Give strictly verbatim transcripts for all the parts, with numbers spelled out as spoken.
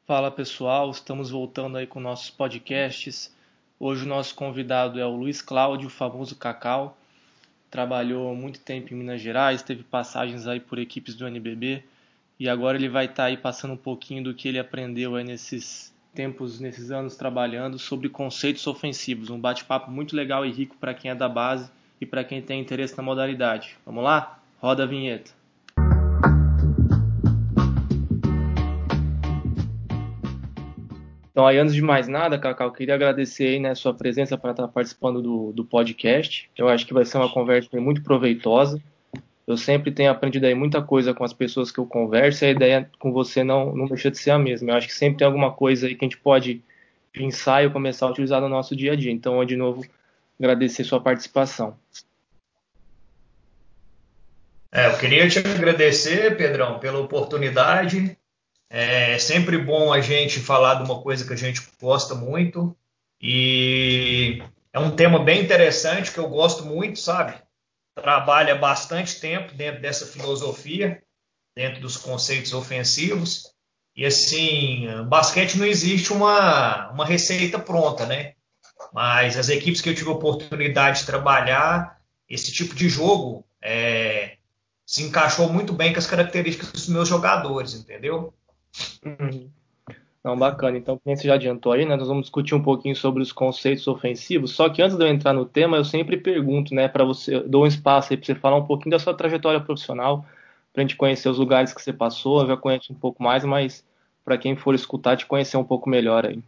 Fala pessoal, estamos voltando aí com nossos podcasts. Hoje o nosso convidado é o Luiz Cláudio, o famoso Cacau. Trabalhou muito tempo em Minas Gerais, teve passagens aí por equipes do N B B e agora ele vai estar aí passando um pouquinho do que ele aprendeu aí nesses tempos, nesses anos trabalhando sobre conceitos ofensivos. Um bate-papo muito legal e rico para quem é da base e para quem tem interesse na modalidade. Vamos lá? Roda a vinheta. Então, aí, antes de mais nada, Cacau, eu queria agradecer aí, né, sua presença para estar participando do, do podcast. Eu acho que vai ser uma conversa muito proveitosa. Eu sempre tenho aprendido aí muita coisa com as pessoas que eu converso e a ideia com você não, não deixa de ser a mesma. Eu acho que sempre tem alguma coisa aí que a gente pode pensar e começar a utilizar no nosso dia a dia. Então, de novo, agradecer sua participação. É, eu queria te agradecer, Pedrão, pela oportunidade. É sempre bom a gente falar de uma coisa que a gente gosta muito e é um tema bem interessante que eu gosto muito, sabe? Trabalho há bastante tempo dentro dessa filosofia, dentro dos conceitos ofensivos. E assim, basquete não existe uma, uma receita pronta, né? Mas as equipes que eu tive a oportunidade de trabalhar, esse tipo de jogo é, se encaixou muito bem com as características dos meus jogadores, entendeu? Uhum. Não, bacana. Então, como você já adiantou aí, né, nós vamos discutir um pouquinho sobre os conceitos ofensivos. Só que antes de eu entrar no tema, eu sempre pergunto, né, para você, eu dou um espaço aí para você falar um pouquinho da sua trajetória profissional, para a gente conhecer os lugares que você passou. Eu já conheço um pouco mais, mas para quem for escutar, te conhecer um pouco melhor aí.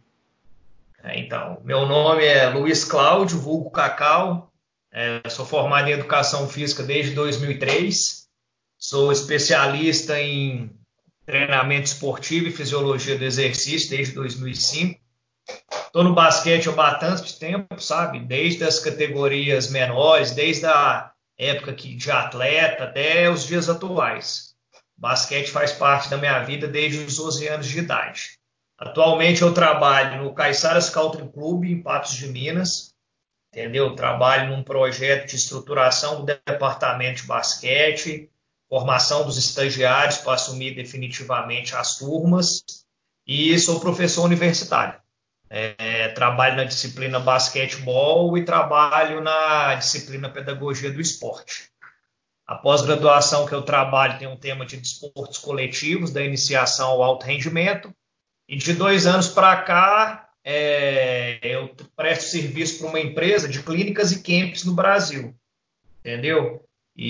É, então, meu nome é Luiz Cláudio, vulgo Cacau. É, sou formado em Educação Física desde dois mil e três. Sou especialista em treinamento esportivo e fisiologia do exercício desde dois mil e cinco. Estou no basquete há bastante tempo, sabe? Desde as categorias menores, desde a época que, de atleta até os dias atuais. Basquete faz parte da minha vida desde os doze anos de idade. Atualmente eu trabalho no Caiçaras Country Club, em Patos de Minas, entendeu? Trabalho num projeto de estruturação do departamento de basquete, formação dos estagiários para assumir definitivamente as turmas e sou professor universitário. É, trabalho na disciplina basquetebol e trabalho na disciplina pedagogia do esporte. A pós-graduação que eu trabalho tem um tema de desportos coletivos, da iniciação ao alto rendimento, e de dois anos para cá, é, eu presto serviço para uma empresa de clínicas e camps no Brasil, entendeu?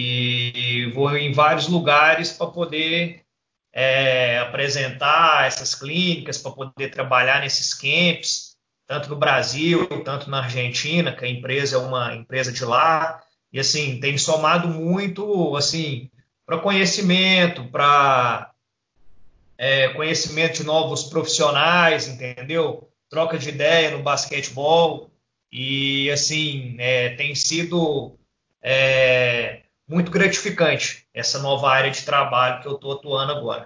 E vou em vários lugares para poder é, apresentar essas clínicas, para poder trabalhar nesses camps, tanto no Brasil, tanto na Argentina, que a empresa é uma empresa de lá. E assim, tem somado muito assim para conhecimento, para é, conhecimento de novos profissionais, entendeu? Troca de ideia no basquetebol. E, assim, é, tem sido é, muito gratificante essa nova área de trabalho que eu estou atuando agora.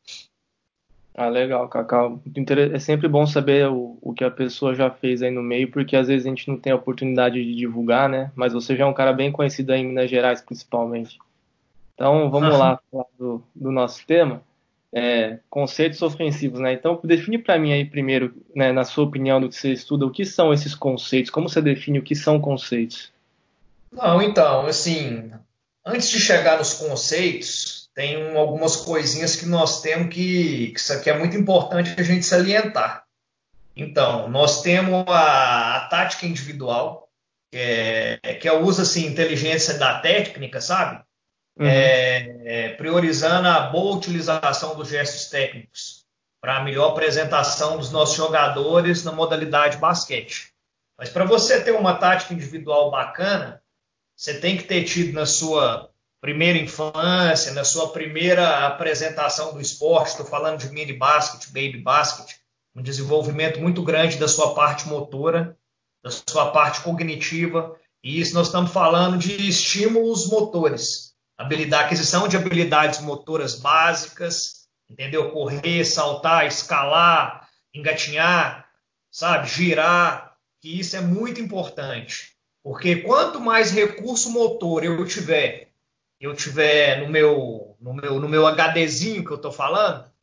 Ah, legal, Cacau. Muito inter- É sempre bom saber o, o que a pessoa já fez aí no meio, porque às vezes a gente não tem a oportunidade de divulgar, né? Mas você já é um cara bem conhecido aí em Minas Gerais, principalmente. Então, vamos lá falar do, do nosso tema, é, conceitos ofensivos, né? Então, define para mim aí primeiro, né, na sua opinião do que você estuda, o que são esses conceitos? Como você define o que são conceitos? Não, então, assim, antes de chegar nos conceitos, tem um- algumas coisinhas que nós temos que, que isso aqui é muito importante a gente salientar. Então, nós temos a, a tática individual, que é, que é o uso assim, inteligência da técnica, sabe? Uhum. É, priorizando a boa utilização dos gestos técnicos para a melhor apresentação dos nossos jogadores na modalidade basquete. Mas para você ter uma tática individual bacana, você tem que ter tido na sua primeira infância, na sua primeira apresentação do esporte, estou falando de mini basket, baby basket, um desenvolvimento muito grande da sua parte motora, da sua parte cognitiva, e isso nós estamos falando de estímulos motores, habilidade, aquisição de habilidades motoras básicas, entendeu? Correr, saltar, escalar, engatinhar, sabe? Girar, que isso é muito importante. Porque quanto mais recurso motor eu tiver, eu tiver no meu, no meu, no meu HDzinho que eu estou falando,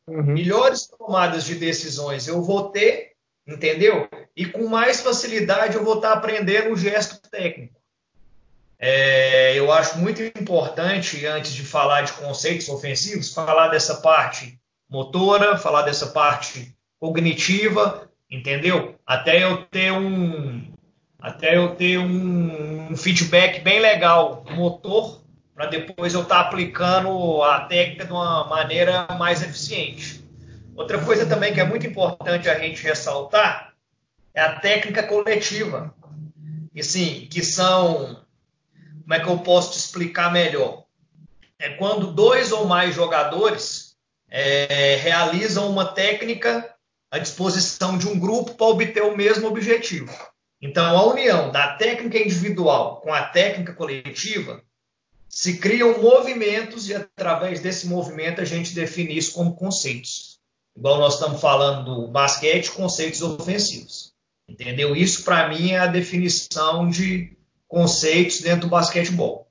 Uhum. melhores tomadas de decisões eu vou ter, entendeu? E com mais facilidade eu vou estar aprendendo o gesto técnico. É, eu acho muito importante, antes de falar de conceitos ofensivos, falar dessa parte motora, falar dessa parte cognitiva, entendeu? Até eu ter um, até eu ter um, um feedback bem legal motor, para depois eu estar aplicando a técnica de uma maneira mais eficiente. Outra coisa também que é muito importante a gente ressaltar é a técnica coletiva. E sim, que são, como é que eu posso te explicar melhor? É quando dois ou mais jogadores é, realizam uma técnica à disposição de um grupo para obter o mesmo objetivo. Então, a união da técnica individual com a técnica coletiva se criam movimentos e, através desse movimento, a gente define isso como conceitos. Igual nós estamos falando do basquete, conceitos ofensivos. Entendeu? Isso, para mim, é a definição de conceitos dentro do basquetebol.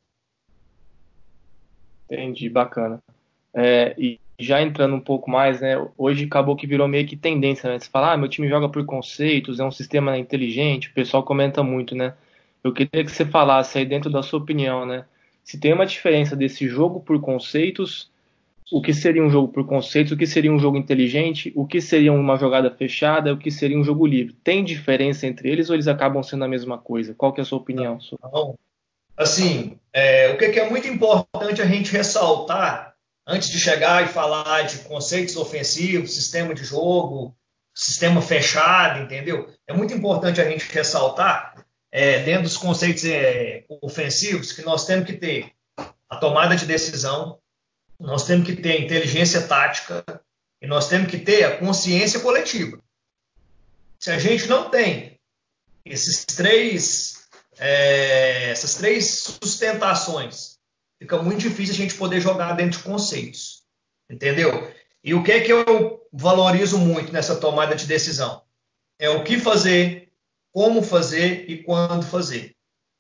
Entendi, bacana. É, e já entrando um pouco mais, né? Hoje acabou que virou meio que tendência, né? Você fala, ah, meu time joga por conceitos, é um sistema inteligente, o pessoal comenta muito, né? Eu queria que você falasse aí dentro da sua opinião, né? Se tem uma diferença desse jogo por conceitos, o que seria um jogo por conceitos, o que seria um jogo inteligente, o que seria uma jogada fechada, o que seria um jogo livre. Tem diferença entre eles ou eles acabam sendo a mesma coisa? Qual que é a sua opinião? Então, assim, é, o que é muito importante a gente ressaltar antes de chegar e falar de conceitos ofensivos, sistema de jogo, sistema fechado, entendeu? É muito importante a gente ressaltar, é, dentro dos conceitos é, ofensivos, que nós temos que ter a tomada de decisão, nós temos que ter a inteligência tática e nós temos que ter a consciência coletiva. Se a gente não tem esses três, é, essas três sustentações, fica muito difícil a gente poder jogar dentro de conceitos, entendeu? E o que é que eu valorizo muito nessa tomada de decisão? É o que fazer, como fazer e quando fazer.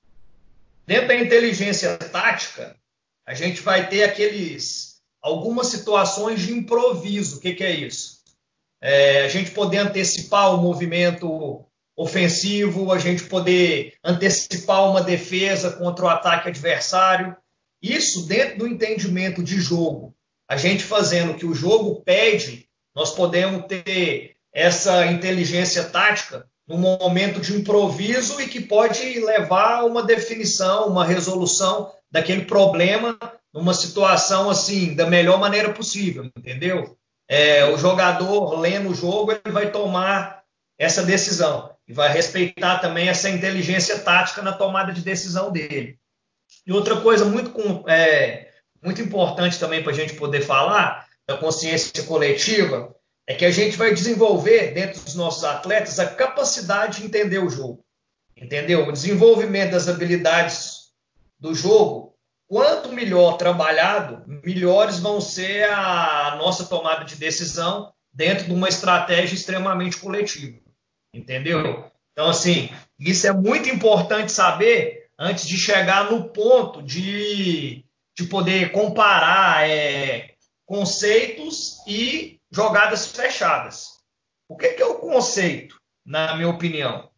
Dentro da inteligência tática, a gente vai ter aqueles algumas situações de improviso. O que, que é isso? É, a gente poder antecipar o movimento ofensivo, a gente poder antecipar uma defesa contra o ataque adversário. Isso dentro do entendimento de jogo. A gente fazendo o que o jogo pede, nós podemos ter essa inteligência tática num momento de improviso e que pode levar a uma definição, uma resolução daquele problema numa situação assim, da melhor maneira possível, entendeu? É, o jogador lendo o jogo, ele vai tomar essa decisão e vai respeitar também essa inteligência tática na tomada de decisão dele. E outra coisa muito, é, muito importante também para a gente poder falar da consciência coletiva é que a gente vai desenvolver dentro dos nossos atletas a capacidade de entender o jogo. Entendeu? O desenvolvimento das habilidades do jogo, quanto melhor trabalhado, melhores vão ser a nossa tomada de decisão dentro de uma estratégia extremamente coletiva. Entendeu? Então, assim, isso é muito importante saber antes de chegar no ponto de, de poder comparar é, conceitos e jogadas fechadas. O que é o conceito, na minha opinião?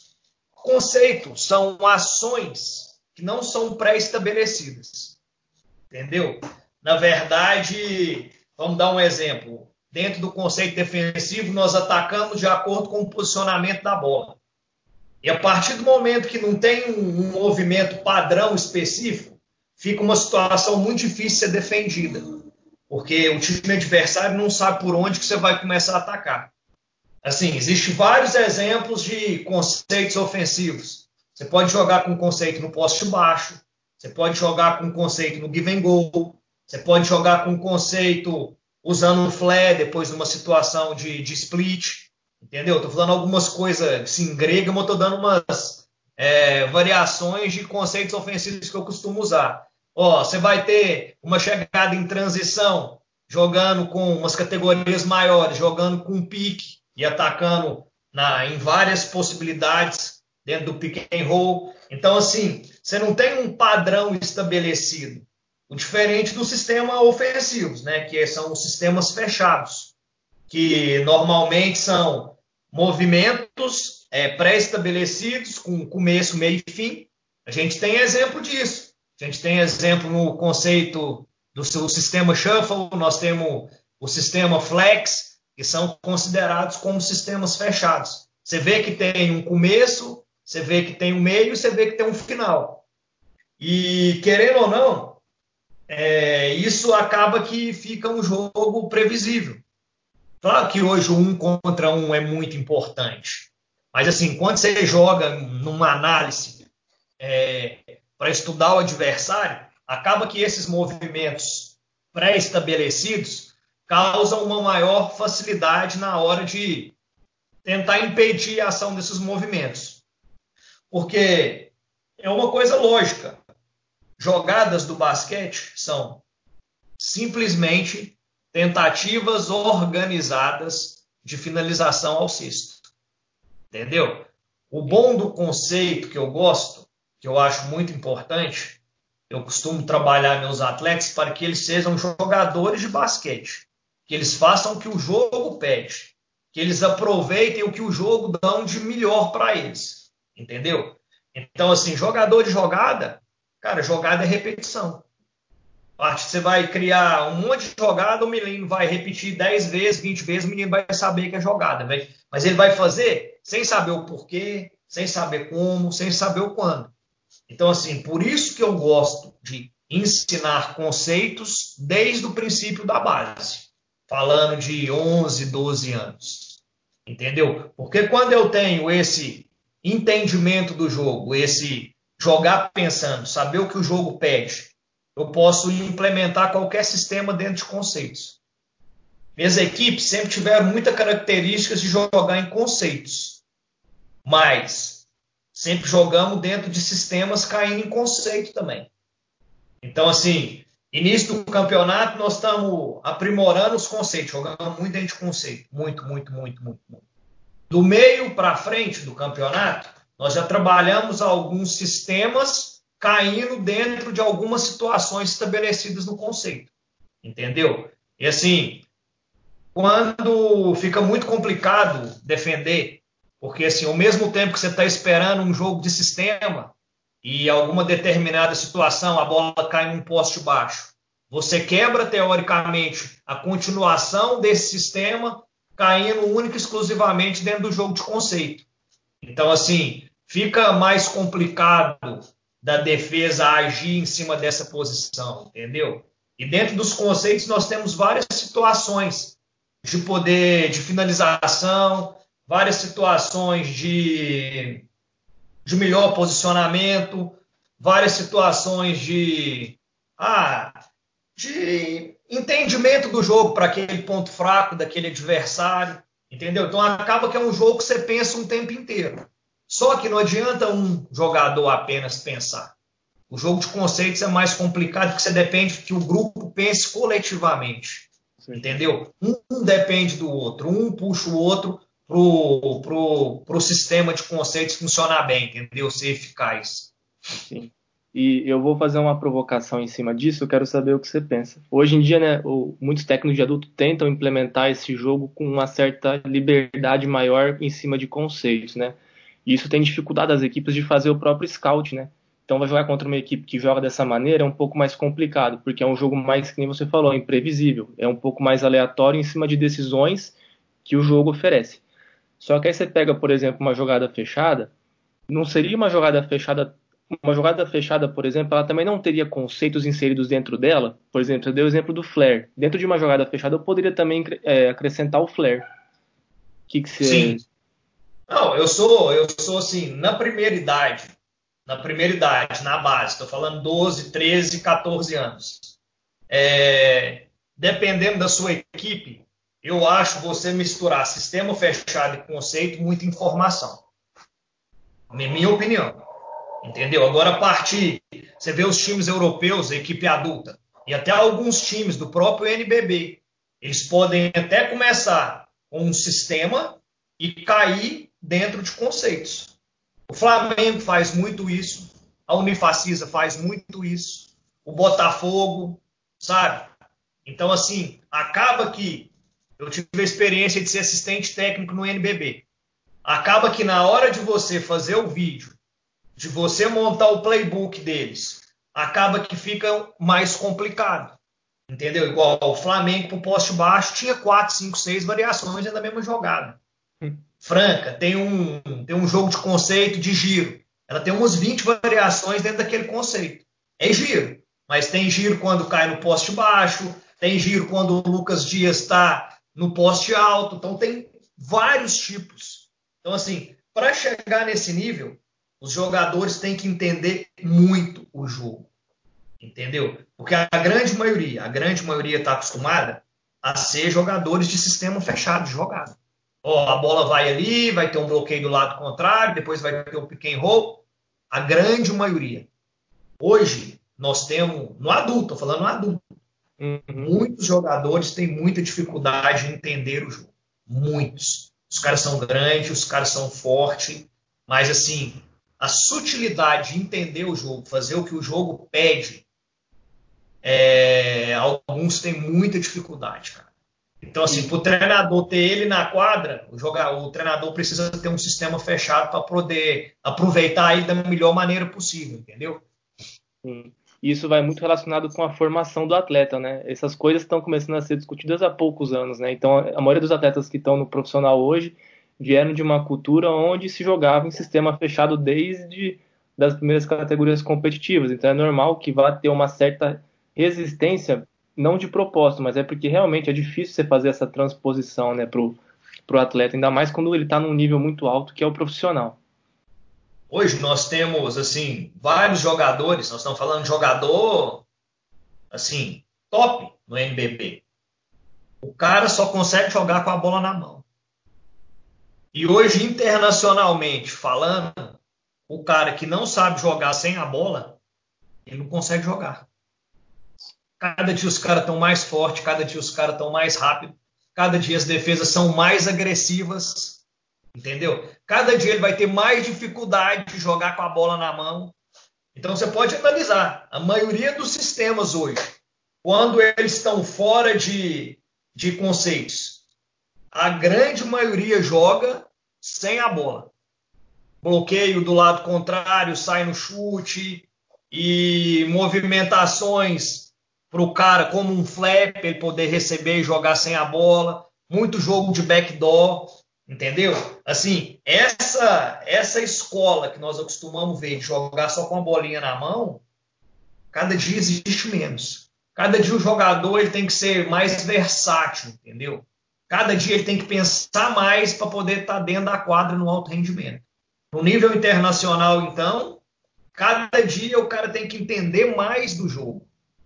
Conceitos são ações que não são pré-estabelecidas. Entendeu? Na verdade, vamos dar um exemplo. Dentro do conceito defensivo, nós atacamos de acordo com o posicionamento da bola. E a partir do momento que não tem um, um movimento padrão específico, fica uma situação muito difícil de ser defendida. Porque o time adversário não sabe por onde que você vai começar a atacar. Assim, existem vários exemplos de conceitos ofensivos. Você pode jogar com um conceito no poste baixo, você pode jogar com um conceito no give and go, você pode jogar com um conceito usando um flare depois de uma situação de, de split, entendeu? Estou falando algumas coisas assim, grega, mas estou dando umas é, variações de conceitos ofensivos que eu costumo usar. Ó, você vai ter uma chegada em transição, jogando com umas categorias maiores, jogando com pique e atacando na, em várias possibilidades dentro do pick and roll. Então, assim, você não tem um padrão estabelecido. O diferente do sistema ofensivos, né, que são os sistemas fechados. que normalmente são movimentos é, pré-estabelecidos, com começo, meio e fim. A gente tem exemplo disso. A gente tem exemplo no conceito do seu sistema shuffle, nós temos o sistema flex, que são considerados como sistemas fechados. Você vê que tem um começo, você vê que tem um meio, você vê que tem um final. E, querendo ou não, é, isso acaba que fica um jogo previsível. Claro que hoje o um contra um é muito importante. Mas, assim, quando você joga numa análise é, para estudar o adversário, acaba que esses movimentos pré-estabelecidos causam uma maior facilidade na hora de tentar impedir a ação desses movimentos. Porque é uma coisa lógica. Jogadas do basquete são simplesmente tentativas organizadas de finalização ao cesto. Entendeu? O bom do conceito que eu gosto, que eu acho muito importante, eu costumo trabalhar meus atletas para que eles sejam jogadores de basquete, que eles façam o que o jogo pede, que eles aproveitem o que o jogo dá de melhor para eles. Entendeu? Então, assim, jogador de jogada, cara, jogada é repetição. Parte você vai criar um monte de jogada, o menino vai repetir dez vezes, vinte vezes, o menino vai saber que é jogada. Mas ele vai fazer sem saber o porquê, sem saber como, sem saber o quando. Então, assim, por isso que eu gosto de ensinar conceitos desde o princípio da base, falando de onze, doze anos. Entendeu? Porque quando eu tenho esse entendimento do jogo, esse jogar pensando, saber o que o jogo pede, eu posso implementar qualquer sistema dentro de conceitos. Minhas equipes sempre tiveram muitas características de jogar em conceitos, mas sempre jogamos dentro de sistemas caindo em conceito também. Então, assim, início do campeonato, nós estamos aprimorando os conceitos, jogando muito dentro de conceito, muito, muito, muito, muito, muito. Do meio para frente do campeonato, nós já trabalhamos alguns sistemas caindo dentro de algumas situações estabelecidas no conceito. Entendeu? E assim, quando fica muito complicado defender, porque assim, ao mesmo tempo que você está esperando um jogo de sistema e alguma determinada situação, a bola cai num poste baixo, você quebra teoricamente a continuação desse sistema caindo única e exclusivamente dentro do jogo de conceito. Então, assim, fica mais complicado da defesa agir em cima dessa posição, entendeu? E dentro dos conceitos nós temos várias situações de poder, de finalização, várias situações de, de melhor posicionamento, várias situações de, ah, de entendimento do jogo para aquele ponto fraco daquele adversário, entendeu? Então acaba que é um jogo que você pensa um tempo inteiro. Só que não adianta um jogador apenas pensar. O jogo de conceitos é mais complicado porque você depende que o grupo pense coletivamente. Sim. Entendeu? Um depende do outro, um puxa o outro pro, pro, pro sistema de conceitos funcionar bem, entendeu? Ser eficaz. Sim. E eu vou fazer uma provocação em cima disso, eu quero saber o que você pensa. Hoje em dia, né, o, muitos técnicos de adulto tentam implementar esse jogo com uma certa liberdade maior em cima de conceitos, né? E isso tem dificultado as equipes de fazer o próprio scout, né? Então vai jogar contra uma equipe que joga dessa maneira é um pouco mais complicado, porque é um jogo mais, que nem você falou, imprevisível. É um pouco mais aleatório em cima de decisões que o jogo oferece. Só que aí você pega, por exemplo, uma jogada fechada, não seria uma jogada fechada, uma jogada fechada, por exemplo, ela também não teria conceitos inseridos dentro dela. Por exemplo, eu dei o exemplo do flare. Dentro de uma jogada fechada eu poderia também é, acrescentar o flare. O que, que você... Sim. Não, eu sou, eu sou assim, na primeira idade, na primeira idade, na base, estou falando doze, treze, catorze anos. É, dependendo da sua equipe, eu acho você misturar sistema fechado e conceito, muita informação. Minha opinião. Entendeu? Agora, a partir, você vê os times europeus, a equipe adulta, e até alguns times do próprio N B B, eles podem até começar com um sistema e cair dentro de conceitos. O Flamengo faz muito isso, a Unifacisa faz muito isso, o Botafogo, sabe? Então, assim, acaba que eu tive a experiência de ser assistente técnico no N B B. Acaba que na hora de você fazer o vídeo, de você montar o playbook deles, acaba que fica mais complicado. Entendeu? Igual o Flamengo para o poste baixo tinha quatro, cinco, seis variações da mesma jogada. Franca tem um, tem um jogo de conceito de giro. Ela tem umas vinte variações dentro daquele conceito. É giro, mas tem giro quando cai no poste baixo, tem giro quando o Lucas Dias está no poste alto. Então tem vários tipos. Então, assim, para chegar nesse nível, os jogadores têm que entender muito o jogo. Entendeu? Porque a grande maioria, a grande maioria está acostumada a ser jogadores de sistema fechado, de jogada. Ó, a bola vai ali, vai ter um bloqueio do lado contrário, depois vai ter um pick and roll. A grande maioria. Hoje, nós temos, no adulto, estou falando no adulto, uhum. Muitos jogadores têm muita dificuldade em entender o jogo. Muitos. Os caras são grandes, os caras são fortes, mas assim, a sutilidade de entender o jogo, fazer o que o jogo pede, É, alguns têm muita dificuldade, cara. Então, assim, para o treinador ter ele na quadra, o, jogador, o treinador precisa ter um sistema fechado para poder aproveitar ele da melhor maneira possível, entendeu? Sim. Isso vai muito relacionado com a formação do atleta, né? Essas coisas estão começando a ser discutidas há poucos anos, né? Então, a maioria dos atletas que estão no profissional hoje vieram de uma cultura onde se jogava em sistema fechado desde das primeiras categorias competitivas. Então, é normal que vá ter uma certa resistência, não de propósito, mas é porque realmente é difícil você fazer essa transposição, né, pro, pro atleta, ainda mais quando ele está num nível muito alto, que é o profissional. Hoje nós temos, assim, vários jogadores, nós estamos falando de jogador, assim, top no N B B. O cara só consegue jogar com a bola na mão. E hoje, internacionalmente falando, o cara que não sabe jogar sem a bola, ele não consegue jogar. Cada dia os caras estão mais fortes, cada dia os caras estão mais rápidos, cada dia as defesas são mais agressivas, entendeu? Cada dia ele vai ter mais dificuldade de jogar com a bola na mão. Então você pode analisar, a maioria dos sistemas hoje, quando eles estão fora de, de conceitos, a grande maioria joga sem a bola. Bloqueio do lado contrário, sai no chute e movimentações para o cara como um flap, ele poder receber e jogar sem a bola, muito jogo de backdoor, entendeu? Assim, essa, essa escola que nós acostumamos ver de jogar só com a bolinha na mão, cada dia existe menos. Cada dia o jogador ele tem que ser mais versátil, entendeu? Cada dia ele tem que pensar mais para poder estar dentro da quadra no alto rendimento. No nível internacional, então, cada dia o cara tem que entender mais do jogo.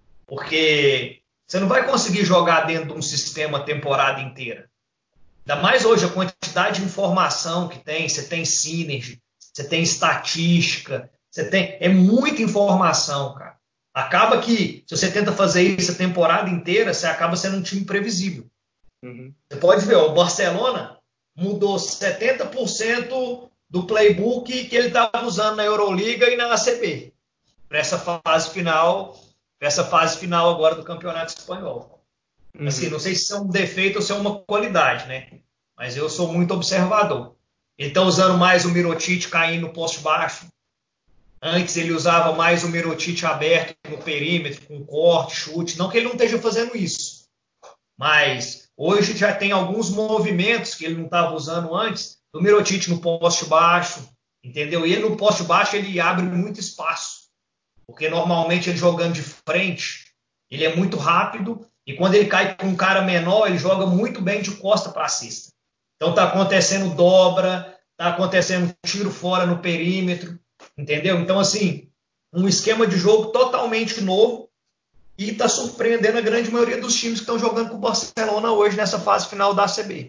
Porque você não vai conseguir jogar dentro de um sistema a temporada inteira. Ainda mais hoje a quantidade de informação que tem, você tem synergy, você tem estatística, você tem. É muita informação, cara. Acaba que, se você tenta fazer isso a temporada inteira, você acaba sendo um time previsível. Uhum. Você pode ver, ó, o Barcelona mudou setenta por cento do playbook que ele estava usando na Euroliga e na A C B. Para essa fase final. Essa fase final agora do Campeonato Espanhol. Uhum. Assim, não sei se é um defeito ou se é uma qualidade, né? Mas eu sou muito observador. Ele está usando mais o Mirotic caindo no poste baixo. Antes ele usava mais o Mirotic aberto no perímetro, com corte, chute. Não que ele não esteja fazendo isso. Mas hoje já tem alguns movimentos que ele não estava usando antes, do Mirotic no poste baixo, entendeu? E ele no poste baixo ele abre muito espaço. Porque normalmente ele jogando de frente, ele é muito rápido e quando ele cai com um cara menor, ele joga muito bem de costa para a cesta. Então tá acontecendo dobra, tá acontecendo tiro fora no perímetro, entendeu? Então assim, um esquema de jogo totalmente novo e tá surpreendendo a grande maioria dos times que estão jogando com o Barcelona hoje nessa fase final da A C B.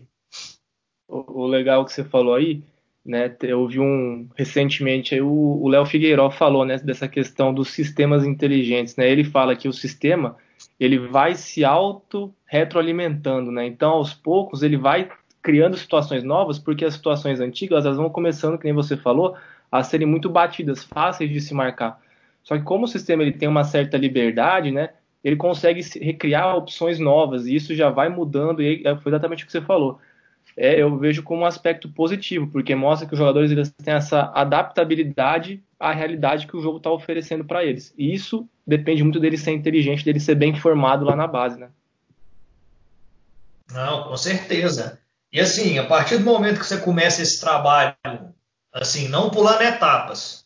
O, o legal que você falou aí, né, eu vi um recentemente aí, o Léo Figueiró falou, né, dessa questão dos sistemas inteligentes, né? Ele fala que o sistema ele vai se auto retroalimentando, né? Então aos poucos ele vai criando situações novas, porque as situações antigas elas vão começando, que nem você falou, a serem muito batidas, fáceis de se marcar. Só que como o sistema ele tem uma certa liberdade, né? ele consegue recriar opções novas, e isso já vai mudando, e foi exatamente o que você falou. É, eu vejo como um aspecto positivo, porque mostra que os jogadores eles têm essa adaptabilidade à realidade que o jogo está oferecendo para eles. E isso depende muito dele ser inteligente, dele ser bem formado lá na base, né? Não, com certeza. E assim, a partir do momento que você começa esse trabalho, assim, não pulando etapas,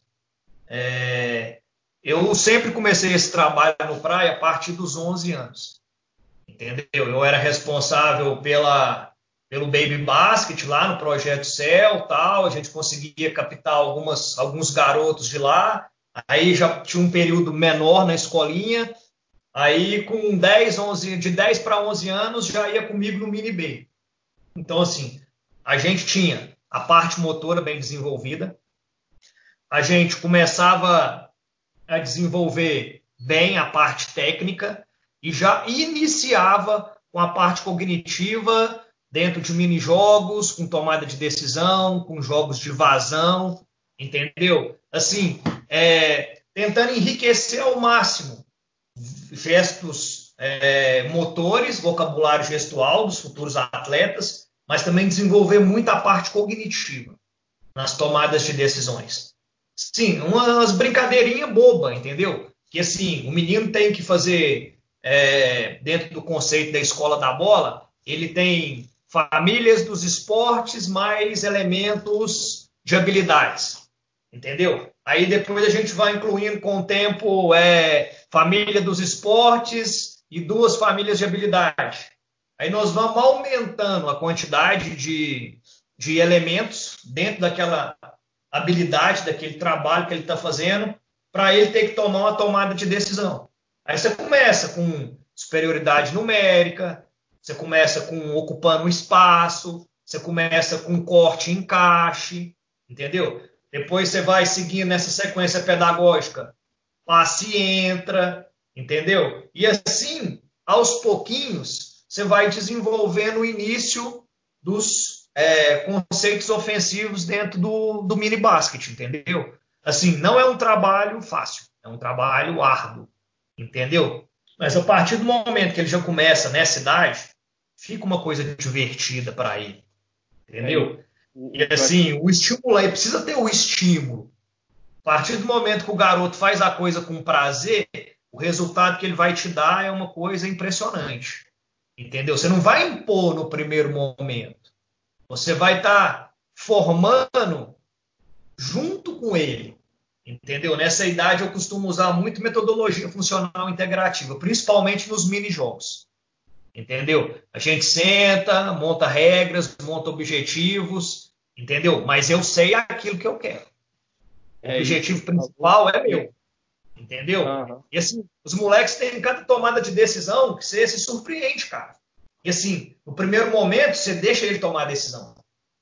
é, eu sempre comecei esse trabalho no Praia a partir dos onze anos, entendeu? Eu era responsável pela, pelo Baby Basket lá no Projeto Céu, tal, a gente conseguia captar algumas, alguns garotos de lá, aí já tinha um período menor na escolinha, aí com dez, onze, de dez para onze anos já ia comigo no Mini B. Então, assim, a gente tinha a parte motora bem desenvolvida, a gente começava a desenvolver bem a parte técnica e já iniciava com a parte cognitiva dentro de mini-jogos, com tomada de decisão, com jogos de vazão, entendeu? Assim, é, tentando enriquecer ao máximo gestos é, motores, vocabulário gestual dos futuros atletas, mas também desenvolver muita parte cognitiva nas tomadas de decisões. Sim, umas brincadeirinhas boba, entendeu? Que assim, o menino tem que fazer, é, dentro do conceito da escola da bola, ele tem famílias dos esportes mais elementos de habilidades, entendeu? Aí depois a gente vai incluindo com o tempo é, família dos esportes e duas famílias de habilidade. Aí nós vamos aumentando a quantidade de, de elementos dentro daquela habilidade, daquele trabalho que ele está fazendo, para ele ter que tomar uma tomada de decisão. Aí você começa com superioridade numérica, você começa com ocupando um espaço, você começa com corte e encaixe, entendeu? Depois você vai seguindo nessa sequência pedagógica, passe e entra, entendeu? E assim, aos pouquinhos, você vai desenvolvendo o início dos é, conceitos ofensivos dentro do, do mini basket, entendeu? Assim, não é um trabalho fácil, é um trabalho árduo, entendeu? Mas a partir do momento que ele já começa nessa idade, fica uma coisa divertida para ele, É, e entendeu? o, E o que eu acho assim, o estímulo aí precisa ter o estímulo. A partir do momento que o garoto faz a coisa com prazer, o resultado que ele vai te dar é uma coisa impressionante. Entendeu? Você não vai impor no primeiro momento. Você vai estar tá formando junto com ele. Entendeu? Nessa idade eu costumo usar muito metodologia funcional integrativa, principalmente nos mini-jogos. Entendeu? A gente senta, monta regras, monta objetivos, entendeu? Mas eu sei aquilo que eu quero. O é isso que objetivo você falou. principal é meu, entendeu? Aham. E assim, os moleques têm cada tomada de decisão que você se surpreende, cara. E assim, no primeiro momento, você deixa ele tomar a decisão.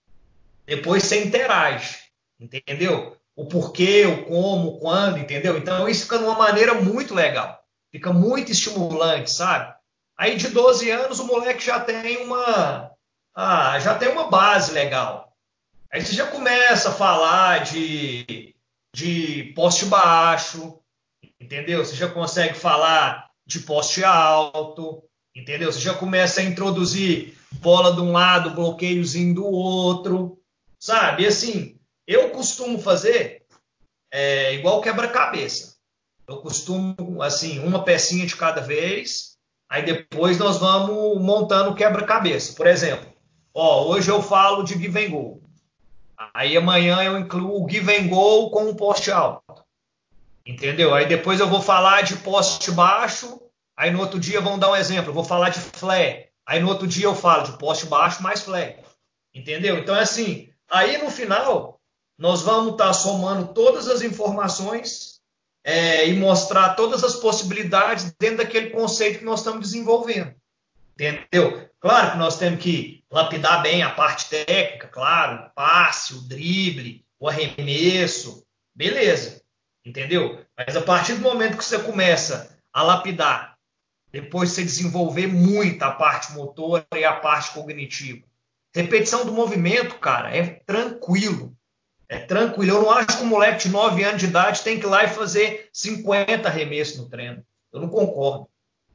Depois você interage, entendeu? O porquê, o como, o quando, entendeu? Então isso fica de uma maneira muito legal. Fica muito estimulante, sabe? Aí de doze anos o moleque já tem uma, ah, já tem uma base legal. Aí você já começa a falar de, de poste baixo, entendeu? Você já consegue falar de poste alto, entendeu? Você já começa a introduzir bola de um lado, bloqueiozinho do outro, sabe? E assim, eu costumo fazer é, igual quebra-cabeça. Eu costumo, assim, uma pecinha de cada vez, aí depois nós vamos montando o quebra-cabeça. Por exemplo, ó, hoje eu falo de give and go. Aí amanhã eu incluo o give and go com um poste alto. Entendeu? Aí depois eu vou falar de poste baixo, aí no outro dia vamos dar um exemplo, eu vou falar de flare. Aí no outro dia eu falo de poste baixo mais flare. Entendeu? Então é assim, aí no final nós vamos estar tá somando todas as informações é, e mostrar todas as possibilidades dentro daquele conceito que nós estamos desenvolvendo. Entendeu? Claro que nós temos que lapidar bem a parte técnica, claro, o passe, o drible, o arremesso, beleza, entendeu? Mas a partir do momento que você começa a lapidar, depois você desenvolver muito a parte motora e a parte cognitiva. Repetição do movimento, cara, é tranquilo. É tranquilo. Eu não acho que um moleque de nove anos de idade tem que ir lá e fazer cinquenta arremessos no treino. Eu não concordo.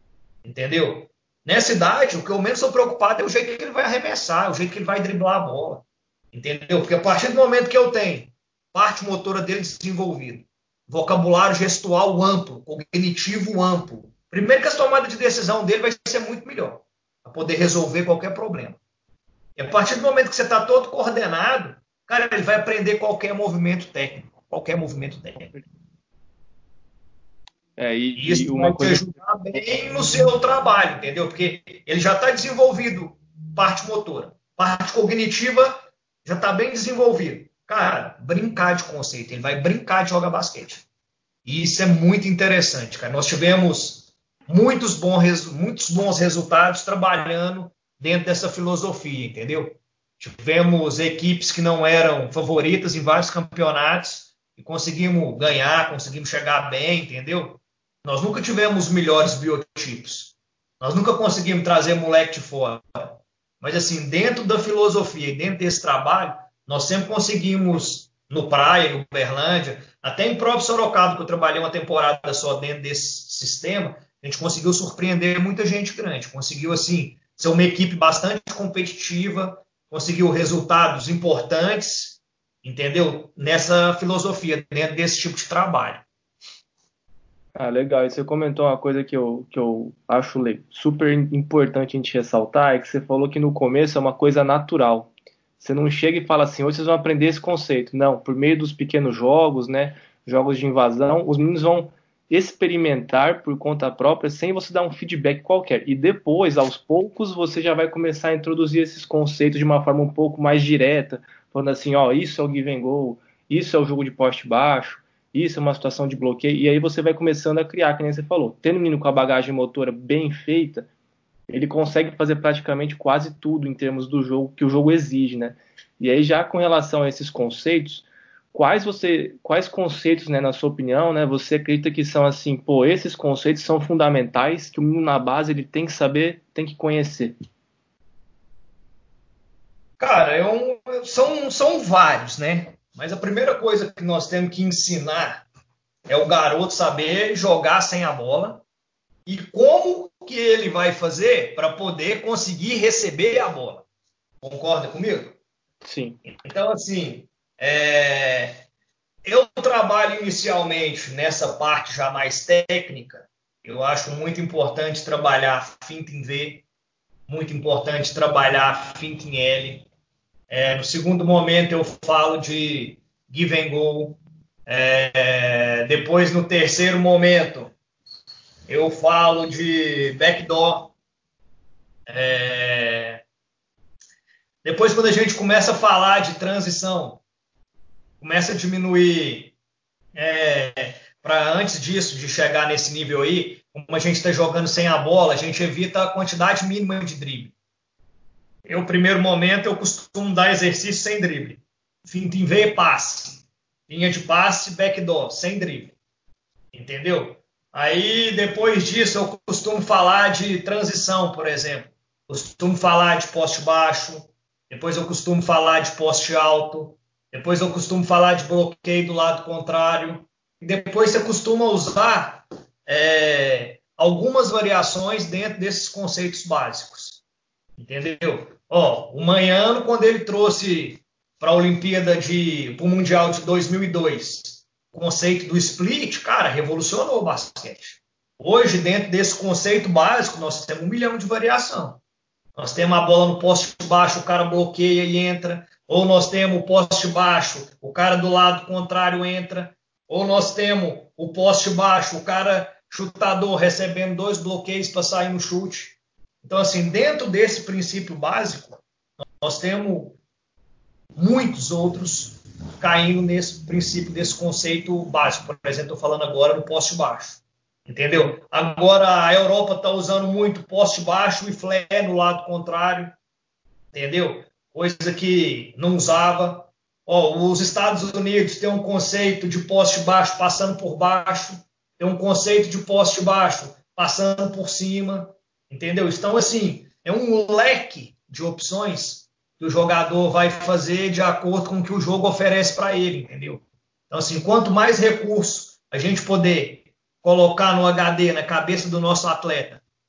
entendeu? Nessa idade, o que eu menos sou preocupado é o jeito que ele vai arremessar, o jeito que ele vai driblar a bola, entendeu? Porque a partir do momento que eu tenho parte motora dele desenvolvida, vocabulário gestual amplo, cognitivo amplo, primeiro que as tomadas de decisão dele vai ser muito melhor, para poder resolver qualquer problema. E a partir do momento que você está todo coordenado, cara, ele vai aprender qualquer movimento técnico, qualquer movimento técnico. É, e, E isso e uma vai te coisa. ajudar bem no seu trabalho, entendeu? Porque ele já está desenvolvido parte motora, parte cognitiva já está bem desenvolvido. Cara, brincar de conceito, ele vai brincar de jogar basquete. E isso é muito interessante, cara. Nós tivemos muitos bons, muitos bons resultados trabalhando dentro dessa filosofia, entendeu? Tivemos equipes que não eram favoritas em vários campeonatos e conseguimos ganhar, conseguimos chegar bem, entendeu? Nós nunca tivemos melhores biotipos. Nós nunca conseguimos trazer moleque de fora. Mas, assim, dentro da filosofia e dentro desse trabalho, nós sempre conseguimos, no Praia, no Uberlândia, até em próprio Sorocaba, que eu trabalhei uma temporada só dentro desse sistema, a gente conseguiu surpreender muita gente grande. Conseguiu, assim, ser uma equipe bastante competitiva, conseguiu resultados importantes, entendeu? Nessa filosofia, dentro desse tipo de trabalho. Ah, legal. E você comentou uma coisa que eu, que eu acho super importante a gente ressaltar, é que você falou que no começo é uma coisa natural. Você não chega e fala assim, hoje vocês vão aprender esse conceito. Não, por meio dos pequenos jogos, né, jogos de invasão, os meninos vão experimentar por conta própria, sem você dar um feedback qualquer. E depois, aos poucos, você já vai começar a introduzir esses conceitos de uma forma um pouco mais direta, falando assim, ó, isso é o give and go, isso é o jogo de poste baixo, isso é uma situação de bloqueio, e aí você vai começando a criar, que nem você falou. Tendo um menino com a bagagem motora bem feita, ele consegue fazer praticamente quase tudo em termos do jogo que o jogo exige, né? E aí já com relação a esses conceitos, quais você, quais conceitos, né, na sua opinião, né, você acredita que são assim, pô, esses conceitos são fundamentais que o menino na base ele tem que saber, tem que conhecer? Cara, eu, são, são vários, né? Mas a primeira coisa que nós temos que ensinar é o garoto saber jogar sem a bola e como que ele vai fazer para poder conseguir receber a bola. Concorda comigo? Sim. Então, assim, é, eu trabalho inicialmente nessa parte já mais técnica. Eu acho muito importante trabalhar finta em V, muito importante trabalhar finta em L. É, no segundo momento eu falo de give and go. É, depois, no terceiro momento, eu falo de backdoor. É, depois, quando a gente começa a falar de transição, começa a diminuir. É, para antes disso, de chegar nesse nível aí, como a gente está jogando sem a bola, a gente evita a quantidade mínima de drible. Eu, primeiro momento, eu costumo dar exercício sem drible. Finta em V, passe. Linha de passe, backdoor, sem drible. Entendeu? Aí, depois disso, eu costumo falar de transição, por exemplo. Costumo falar de poste baixo. Depois eu costumo falar de poste alto. Depois eu costumo falar de bloqueio do lado contrário. E depois você costuma usar é, algumas variações dentro desses conceitos básicos. Entendeu? Ó, o Manhano, quando ele trouxe para a Olimpíada de, para o Mundial de dois mil e dois, o conceito do split, cara, revolucionou o basquete. Hoje, dentro desse conceito básico, nós temos um milhão de variação. Nós temos a bola no poste baixo, o cara bloqueia e entra. Ou nós temos o poste baixo, o cara do lado contrário entra. Ou nós temos o poste baixo, o cara chutador recebendo dois bloqueios para sair no chute. Então, assim, dentro desse princípio básico, nós temos muitos outros caindo nesse princípio, desse conceito básico. Por exemplo, estou falando agora do poste baixo. Entendeu? Agora a Europa está usando muito poste baixo e flare no lado contrário. Entendeu? Coisa que não usava. Ó, os Estados Unidos têm um conceito de poste baixo passando por baixo. Tem um conceito de poste baixo passando por cima. Entendeu? Então, assim, é um leque de opções que o jogador vai fazer de acordo com o que o jogo oferece para ele, entendeu? Então, assim, quanto mais recurso a gente poder colocar no H D, na cabeça do nosso atleta,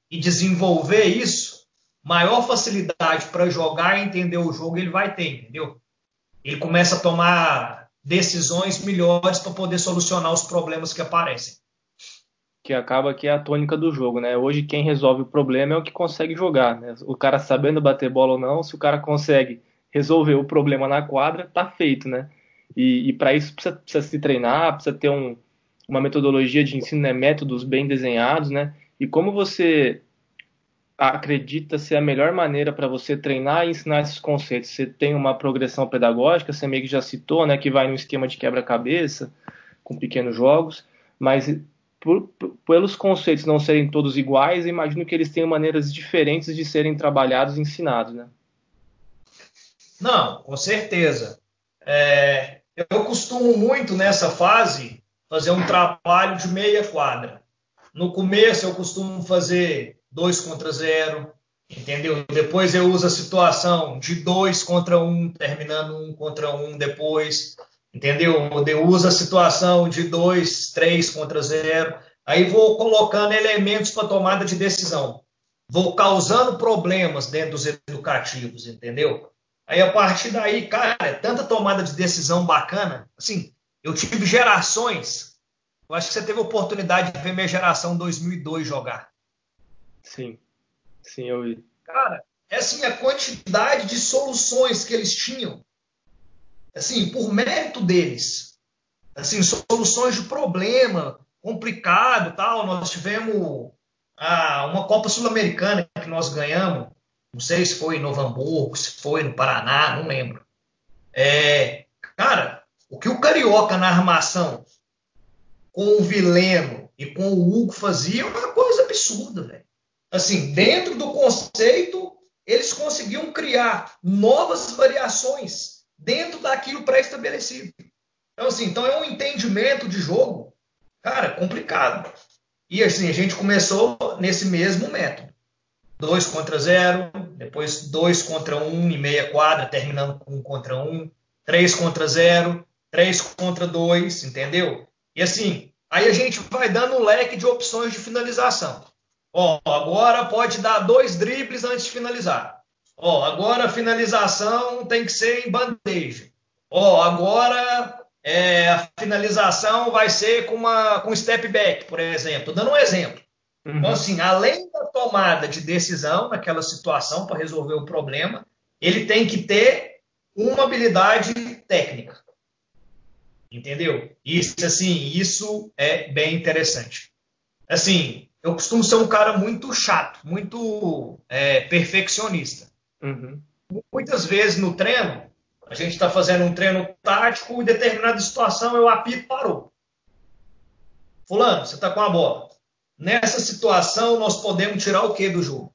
e desenvolver isso, maior facilidade para jogar e entender o jogo ele vai ter, entendeu? Ele começa a tomar decisões melhores para poder solucionar os problemas que aparecem. Que acaba que é a tônica do jogo, né? Hoje quem resolve o problema é o que consegue jogar, né? O cara sabendo bater bola ou não, se o cara consegue resolver o problema na quadra, tá feito, né? E, e para isso precisa, precisa se treinar, precisa ter um, uma metodologia de ensino, né? Métodos bem desenhados, né? E como você acredita ser a melhor maneira para você treinar e ensinar esses conceitos? Você tem uma progressão pedagógica, você meio que já citou, né? Que vai no esquema de quebra-cabeça, com pequenos jogos, mas por, por, pelos conceitos não serem todos iguais, eu imagino que eles tenham maneiras diferentes de serem trabalhados e ensinados, né? Não, com certeza. É, eu costumo muito nessa fase fazer um trabalho de meia quadra. No começo eu costumo fazer dois contra zero, entendeu? Depois eu uso a situação de dois contra um, terminando um contra um depois, entendeu? Eu uso a situação de dois, três contra zero. Aí vou colocando elementos para tomada de decisão. Vou causando problemas dentro dos educativos, entendeu? Aí a partir daí, cara, é tanta tomada de decisão bacana. Assim, eu tive gerações. Eu acho que você teve a oportunidade de ver minha geração dois mil e dois jogar. Sim, sim, eu vi. Cara, é assim, a quantidade de soluções que eles tinham, assim, por mérito deles, assim, soluções de problema complicado, tal. Nós tivemos ah, uma Copa Sul-Americana que nós ganhamos, não sei se foi em Novo Hamburgo, se foi no Paraná, não lembro. É, cara, o que o Carioca na armação com o Vileno e com o Hugo faziam é uma coisa absurda, velho. Assim, dentro do conceito, eles conseguiam criar novas variações dentro daquilo pré-estabelecido. Então, assim, então é um entendimento de jogo, cara, complicado. E assim, a gente começou nesse mesmo método. Dois contra zero, depois dois contra um e meia quadra, terminando com um contra um, três contra zero, três contra dois, entendeu? E assim, aí a gente vai dando um leque de opções de finalização. Ó, agora pode dar dois dribles antes de finalizar. Ó, agora a finalização tem que ser em bandeja. Ó, agora é, a finalização vai ser com, uma, com step back, por exemplo. Tô dando um exemplo. Então, Uhum. assim, além da tomada de decisão naquela situação para resolver o problema, ele tem que ter uma habilidade técnica. Entendeu? Isso, assim, isso é bem interessante. Assim, eu costumo ser um cara muito chato, muito é, perfeccionista. Uhum. Muitas vezes no treino, a gente está fazendo um treino tático e em determinada situação eu apito, parou. Fulano, você está com a bola. Nessa situação, nós podemos tirar o que do jogo?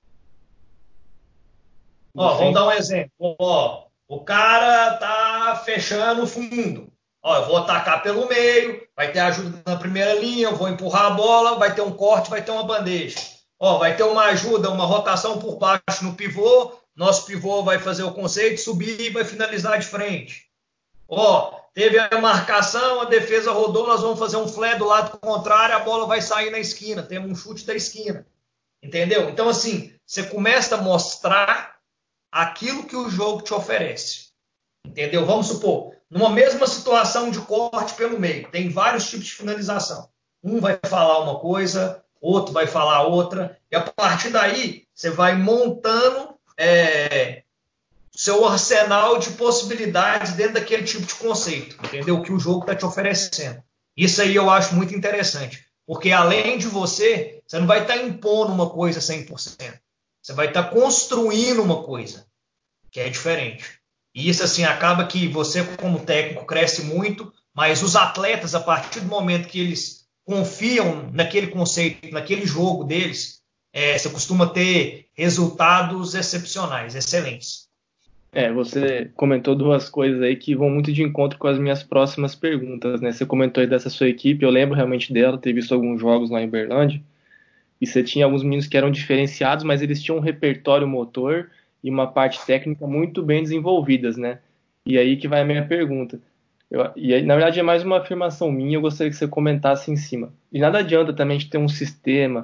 Ó, vamos Você. dar um exemplo. Ó, o cara tá fechando o fundo. Ó, eu vou atacar pelo meio, vai ter ajuda na primeira linha, eu vou empurrar a bola, vai ter um corte, vai ter uma bandeja. Ó, vai ter uma ajuda, uma rotação por baixo no pivô, nosso pivô vai fazer o conceito, subir e vai finalizar de frente. Ó, teve a marcação, a defesa rodou, nós vamos fazer um flare do lado contrário, a bola vai sair na esquina, temos um chute da esquina. Entendeu? Então, assim, você começa a mostrar aquilo que o jogo te oferece. Entendeu? Vamos supor, numa mesma situação de corte pelo meio, tem vários tipos de finalização. Um vai falar uma coisa, outro vai falar outra, e a partir daí você vai montando é, seu arsenal de possibilidades dentro daquele tipo de conceito, entendeu? Que o jogo está te oferecendo. Isso aí eu acho muito interessante, porque além de você, você não vai estar tá impondo uma coisa cem por cento. Você vai estar tá construindo uma coisa que é diferente. E isso assim acaba que você como técnico cresce muito, mas os atletas a partir do momento que eles confiam naquele conceito, naquele jogo deles, é, você costuma ter resultados excepcionais, excelentes. É, você comentou duas coisas aí que vão muito de encontro com as minhas próximas perguntas, né? Você comentou aí dessa sua equipe, eu lembro realmente dela, ter visto alguns jogos lá em Berlândia, e você tinha alguns meninos que eram diferenciados, mas eles tinham um repertório motor e uma parte técnica muito bem desenvolvidas, né? E aí que vai a minha pergunta. Eu, e aí, na verdade, é mais uma afirmação minha, eu gostaria que você comentasse em cima. E nada adianta também a gente ter um sistema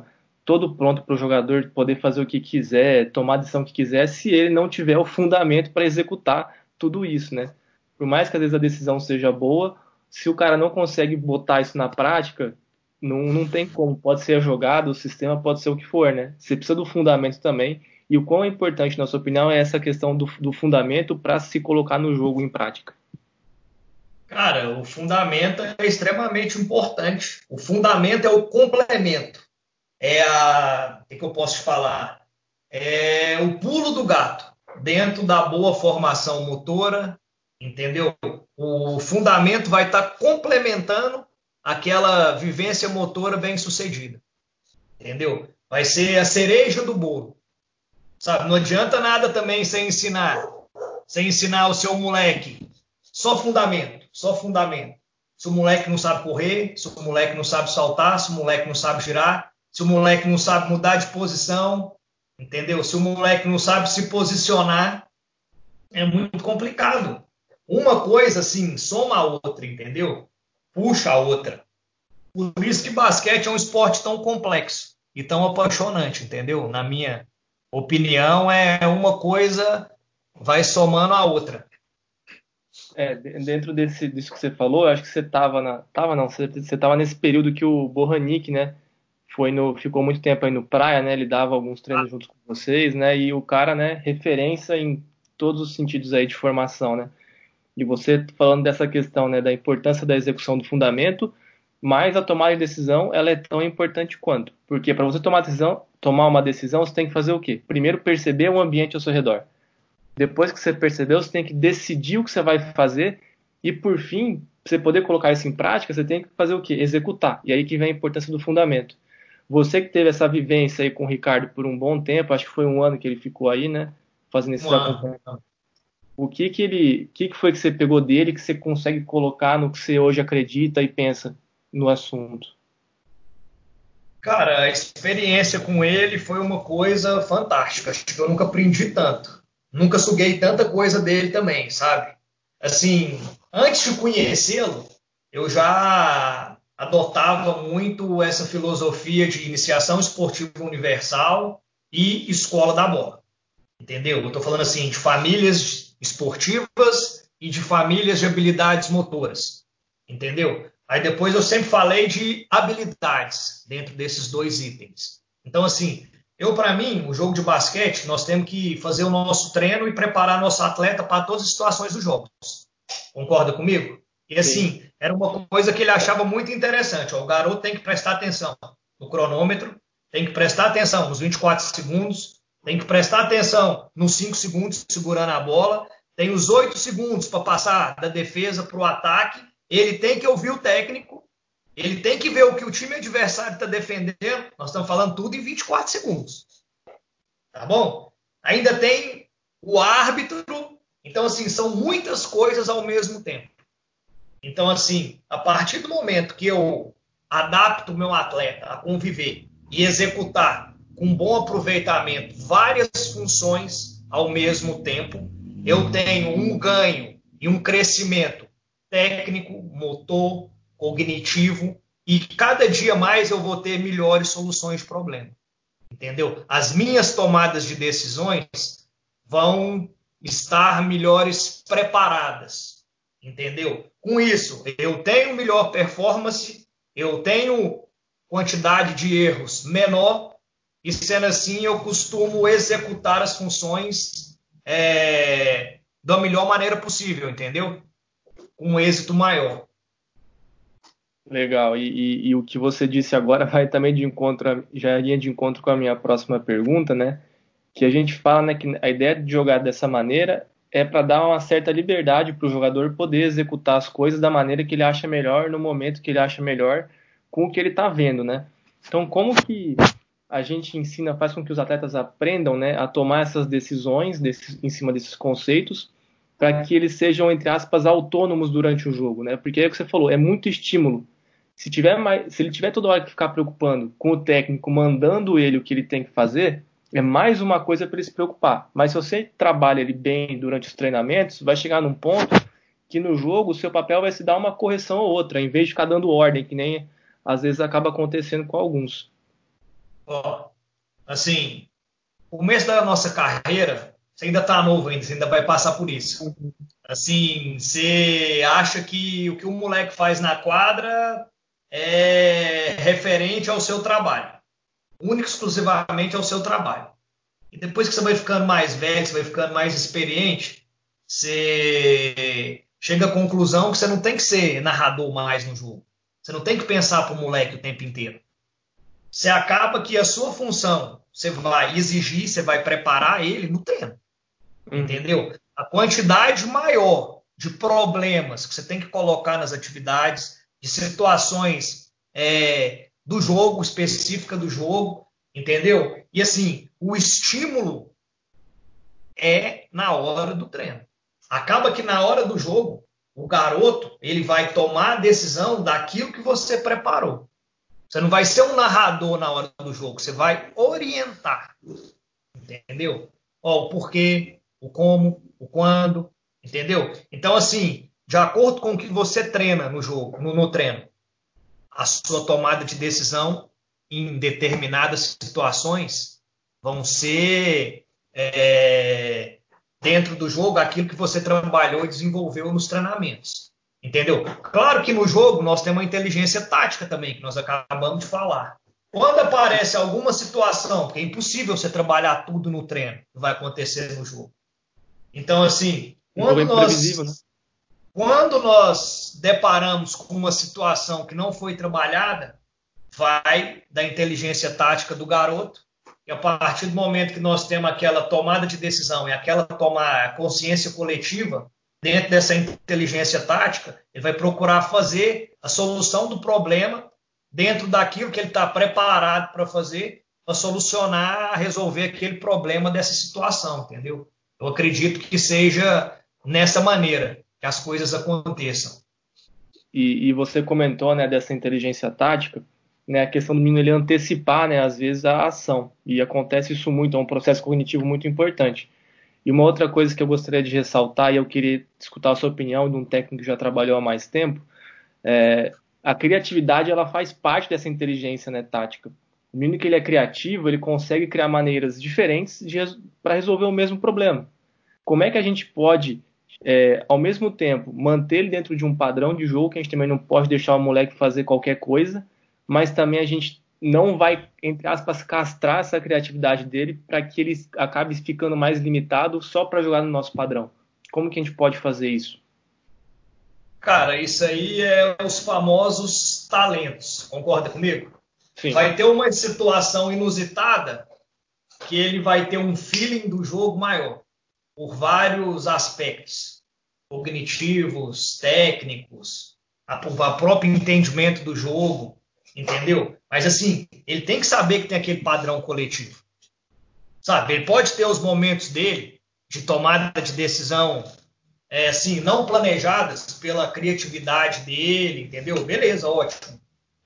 todo pronto para o jogador poder fazer o que quiser, tomar a decisão que quiser, se ele não tiver o fundamento para executar tudo isso, né? Por mais que às vezes a decisão seja boa, se o cara não consegue botar isso na prática, não, não tem como. Pode ser a jogada, o sistema, pode ser o que for, né? Você precisa do fundamento também. E o quão importante, na sua opinião, é essa questão do, do fundamento para se colocar no jogo em prática? Cara, o fundamento é extremamente importante. O fundamento é o complemento. É a. O que, que eu posso te falar? É o pulo do gato dentro da boa formação motora, entendeu? O fundamento vai estar complementando aquela vivência motora bem sucedida, entendeu? Vai ser a cereja do bolo, sabe? Não adianta nada também sem ensinar, sem ensinar o seu moleque só fundamento, só fundamento. Se o moleque não sabe correr, se o moleque não sabe saltar, se o moleque não sabe girar, se o moleque não sabe mudar de posição, entendeu? Se o moleque não sabe se posicionar, é muito complicado. Uma coisa, assim, soma a outra, entendeu? Puxa a outra. Por isso que basquete é um esporte tão complexo e tão apaixonante, entendeu? Na minha opinião, é uma coisa vai somando a outra. É, dentro desse, disso que você falou, eu acho que você estava na. Tava não, você, você tava nesse período que o Bohanik, né? Foi no, ficou muito tempo aí no Praia, né? Ele dava alguns treinos junto com vocês, né? E o cara, né, referência em todos os sentidos aí de formação, né? E você falando dessa questão, né, da importância da execução do fundamento, mas a tomada de decisão, ela é tão importante quanto. Porque para você tomar decisão, tomar uma decisão, você tem que fazer o quê? Primeiro perceber o ambiente ao seu redor. Depois que você percebeu, você tem que decidir o que você vai fazer e, por fim, para você poder colocar isso em prática, você tem que fazer o quê? Executar. E aí que vem a importância do fundamento. Você que teve essa vivência aí com o Ricardo por um bom tempo, acho que foi um ano que ele ficou aí, né? Fazendo esses acompanhamentos. O que que ele, o que que foi que você pegou dele que você consegue colocar no que você hoje acredita e pensa no assunto? Cara, a experiência com ele foi uma coisa fantástica. Acho que eu nunca aprendi tanto. Nunca suguei tanta coisa dele também, sabe? Assim, antes de conhecê-lo, eu já adotava muito essa filosofia de iniciação esportiva universal e escola da bola. Entendeu? Eu estou falando assim de famílias esportivas e de famílias de habilidades motoras. Entendeu? Aí depois eu sempre falei de habilidades dentro desses dois itens. Então, assim, eu, para mim, o jogo de basquete, nós temos que fazer o nosso treino e preparar nosso atleta para todas as situações dos jogos. Concorda comigo? E Sim. assim, era uma coisa que ele achava muito interessante. Ó, o garoto tem que prestar atenção no cronômetro, tem que prestar atenção nos vinte e quatro segundos, tem que prestar atenção nos cinco segundos segurando a bola, tem os oito segundos para passar da defesa para o ataque, ele tem que ouvir o técnico, ele tem que ver o que o time adversário está defendendo. Nós estamos falando tudo em vinte e quatro segundos. Tá bom? Ainda tem o árbitro. Então, assim, são muitas coisas ao mesmo tempo. Então, assim, a partir do momento que eu adapto o meu atleta a conviver e executar com bom aproveitamento várias funções ao mesmo tempo, eu tenho um ganho e um crescimento técnico, motor, cognitivo, e cada dia mais eu vou ter melhores soluções de problema. Entendeu? As minhas tomadas de decisões vão estar melhores preparadas. Entendeu? Com isso, eu tenho melhor performance, eu tenho quantidade de erros menor, e sendo assim, eu costumo executar as funções é, da melhor maneira possível, entendeu? Com um êxito maior. Legal. E, e- e o que você disse agora vai também de encontro, a- já iria de encontro com a minha próxima pergunta, né? Que a gente fala, né, que a ideia de jogar dessa maneira é para dar uma certa liberdade para o jogador poder executar as coisas da maneira que ele acha melhor, no momento que ele acha melhor, com o que ele está vendo, né? Então, como que a gente ensina, faz com que os atletas aprendam, né, a tomar essas decisões desses, em cima desses conceitos, para que eles sejam, entre aspas, autônomos durante o jogo, né? Porque é o que você falou, é muito estímulo. Se tiver mais, se ele tiver toda hora que ficar preocupando com o técnico, mandando ele o que ele tem que fazer, é mais uma coisa para ele se preocupar. Mas se você trabalha ele bem durante os treinamentos, vai chegar num ponto que no jogo o seu papel vai se dar uma correção ou outra, em vez de ficar dando ordem, que nem às vezes acaba acontecendo com alguns. Ó, assim, o começo da nossa carreira, você ainda está novo ainda, você ainda vai passar por isso. Assim, você acha que o que o moleque faz na quadra é referente ao seu trabalho, único e exclusivamente ao seu trabalho. E depois que você vai ficando mais velho, você vai ficando mais experiente, você chega à conclusão que você não tem que ser narrador mais no jogo. Você não tem que pensar para o moleque o tempo inteiro. Você acaba que a sua função, você vai exigir, você vai preparar ele no treino. Uhum. Entendeu? A quantidade maior de problemas que você tem que colocar nas atividades, de situações é, do jogo, específica do jogo, entendeu? E assim, o estímulo é na hora do treino. Acaba que na hora do jogo, o garoto ele vai tomar a decisão daquilo que você preparou. Você não vai ser um narrador na hora do jogo, você vai orientar. Entendeu? Ó, o porquê, o como, o quando, entendeu? Então, assim, de acordo com o que você treina no jogo, no, no treino, a sua tomada de decisão em determinadas situações vão ser é, dentro do jogo aquilo que você trabalhou e desenvolveu nos treinamentos. Entendeu? Claro que no jogo nós temos uma inteligência tática também, que nós acabamos de falar. Quando aparece alguma situação, porque é impossível você trabalhar tudo no treino, que vai acontecer no jogo. Então, assim, quando nós, né? quando nós deparamos com uma situação que não foi trabalhada, vai da inteligência tática do garoto, e a partir do momento que nós temos aquela tomada de decisão e aquela tomar consciência coletiva, dentro dessa inteligência tática, ele vai procurar fazer a solução do problema dentro daquilo que ele está preparado para fazer, para solucionar, resolver aquele problema dessa situação, entendeu? Eu acredito que seja nessa maneira que as coisas aconteçam. E, e você comentou, né, dessa inteligência tática, né, a questão do menino ele antecipar, né, às vezes a ação. E acontece isso muito, é um processo cognitivo muito importante. E uma outra coisa que eu gostaria de ressaltar, e eu queria escutar a sua opinião de um técnico que já trabalhou há mais tempo, é, a criatividade ela faz parte dessa inteligência, né, tática. O menino que ele é criativo, ele consegue criar maneiras diferentes para resolver o mesmo problema. Como é que a gente pode, é, ao mesmo tempo, manter ele dentro de um padrão de jogo, que a gente também não pode deixar o moleque fazer qualquer coisa, mas também a gente não vai, entre aspas, castrar essa criatividade dele para que ele acabe ficando mais limitado só para jogar no nosso padrão. Como que a gente pode fazer isso? Cara, isso aí é os famosos talentos. Concorda comigo? Sim. Vai ter uma situação inusitada que ele vai ter um feeling do jogo maior, por vários aspectos, cognitivos, técnicos, a, a próprio entendimento do jogo, entendeu? Mas assim, ele tem que saber que tem aquele padrão coletivo. Sabe? Ele pode ter os momentos dele de tomada de decisão é, assim, não planejadas pela criatividade dele, entendeu? Beleza, ótimo.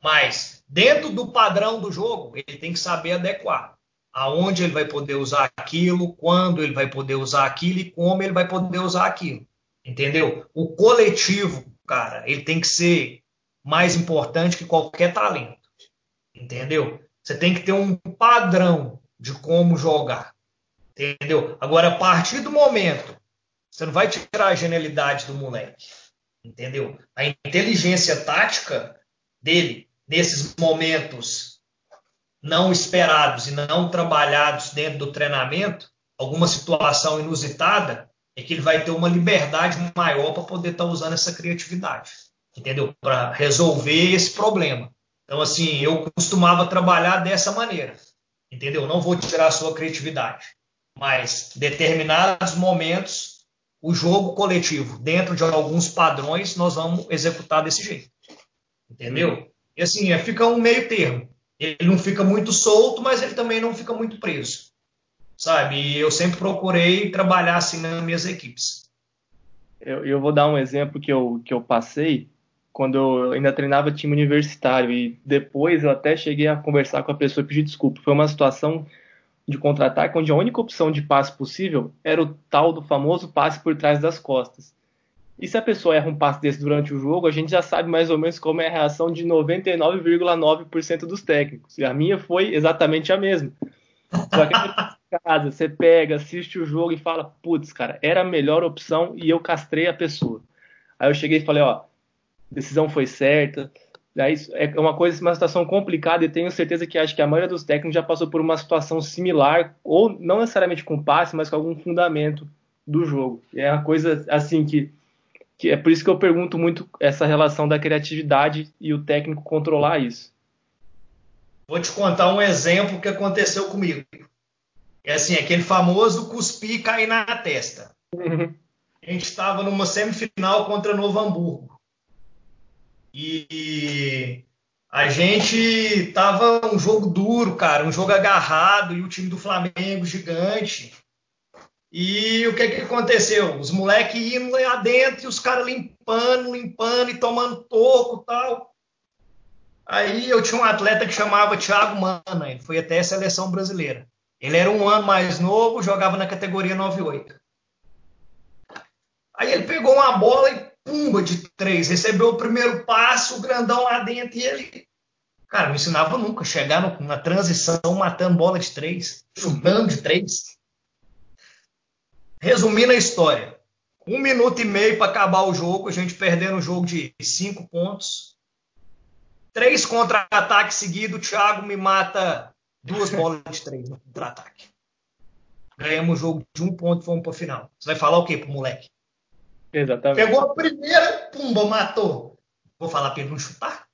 Mas dentro do padrão do jogo, ele tem que saber adequar. Aonde ele vai poder usar aquilo, quando ele vai poder usar aquilo e como ele vai poder usar aquilo. Entendeu? O coletivo, cara, ele tem que ser mais importante que qualquer talento. Entendeu? Você tem que ter um padrão de como jogar. Entendeu? Agora, a partir do momento, você não vai tirar a genialidade do moleque. Entendeu? A inteligência tática dele, nesses momentos não esperados e não trabalhados dentro do treinamento, alguma situação inusitada, é que ele vai ter uma liberdade maior para poder estar tá usando essa criatividade. Entendeu? Para resolver esse problema. Então, assim, eu costumava trabalhar dessa maneira. Entendeu? Não vou tirar a sua criatividade. Mas, determinados momentos, o jogo coletivo, dentro de alguns padrões, nós vamos executar desse jeito. Entendeu? Uhum. E assim, fica um meio termo. Ele não fica muito solto, mas ele também não fica muito preso. Sabe? E eu sempre procurei trabalhar assim nas minhas equipes. Eu, eu vou dar um exemplo que eu, que eu passei quando eu ainda treinava time universitário e depois eu até cheguei a conversar com a pessoa e pedir desculpa. Foi uma situação de contra-ataque onde a única opção de passe possível era o tal do famoso passe por trás das costas. E se a pessoa erra um passe desse durante o jogo, a gente já sabe mais ou menos como é a reação de noventa e nove vírgula nove por cento dos técnicos. E a minha foi exatamente a mesma. Só que aí, em casa, você pega, assiste o jogo e fala, putz, cara, era a melhor opção e eu castrei a pessoa. Aí eu cheguei e falei, ó, a decisão foi certa. Daí é uma coisa, uma situação complicada e tenho certeza que acho que a maioria dos técnicos já passou por uma situação similar, ou não necessariamente com passe, mas com algum fundamento do jogo. E é uma coisa assim que, que é por isso que eu pergunto muito essa relação da criatividade e o técnico controlar isso. Vou te contar um exemplo que aconteceu comigo. É assim, aquele famoso cuspir e cair na testa. A gente estava numa semifinal contra Novo Hamburgo. E a gente tava um jogo duro, cara, um jogo agarrado, e o time do Flamengo gigante. E o que que aconteceu? Os moleques indo lá dentro e os caras limpando, limpando e tomando toco e tal. Aí eu tinha um atleta que chamava Thiago Mana, ele foi até a seleção brasileira. Ele era um ano mais novo, jogava na categoria nove oito. Aí ele pegou uma bola e pumba de três, recebeu o primeiro passo, o grandão lá dentro, e ele, cara, não ensinava nunca, chegar no, na transição, matando bola de três, chutando de três. Resumindo a história, um minuto e meio para acabar o jogo, a gente perdendo o jogo de cinco pontos. Três contra-ataques seguidos, o Thiago me mata duas bolas de três no contra-ataque. Ganhamos o jogo de um ponto e fomos para a final. Você vai falar o quê pro moleque? Exatamente. Pegou a primeira, pumba, matou. Vou falar para ele não chutar?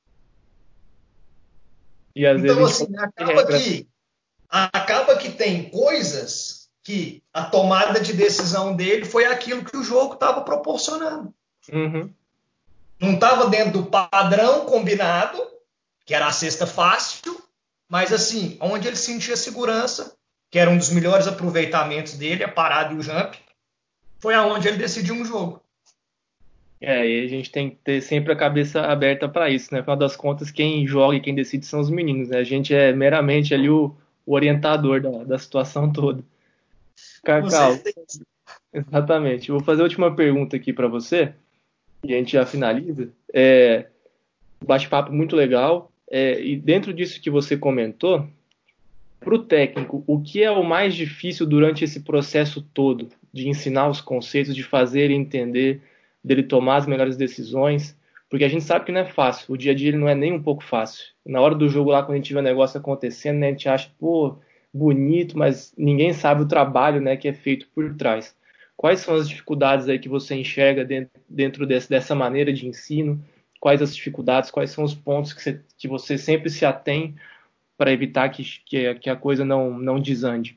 E às Então, vezes a gente assim, acaba regra. que, acaba que tem coisas que a tomada de decisão dele foi aquilo que o jogo estava proporcionando. Uhum. Não estava dentro do padrão combinado, que era a cesta fácil, mas assim, onde ele sentia segurança, que era um dos melhores aproveitamentos dele, a parada e o jump, foi aonde ele decidiu um jogo. É, e a gente tem que ter sempre a cabeça aberta para isso, né? Afinal das contas, quem joga e quem decide são os meninos, né? A gente é meramente ali o, o orientador da, da situação toda. Com Cacau, certeza. exatamente. Eu vou fazer a última pergunta aqui para você, e a gente já finaliza. É, bate-papo muito legal. É, e dentro disso que você comentou, para o técnico, o que é o mais difícil durante esse processo todo de ensinar os conceitos, de fazer ele entender, dele tomar as melhores decisões? Porque a gente sabe que não é fácil, o dia a dia ele não é nem um pouco fácil. Na hora do jogo lá, quando a gente vê o negócio acontecendo, né, a gente acha, pô, bonito, mas ninguém sabe o trabalho, né, que é feito por trás. Quais são as dificuldades aí que você enxerga dentro, dentro desse, dessa maneira de ensino? Quais as dificuldades, quais são os pontos que você, que você sempre se atém para evitar que, que, que a coisa não, não desande?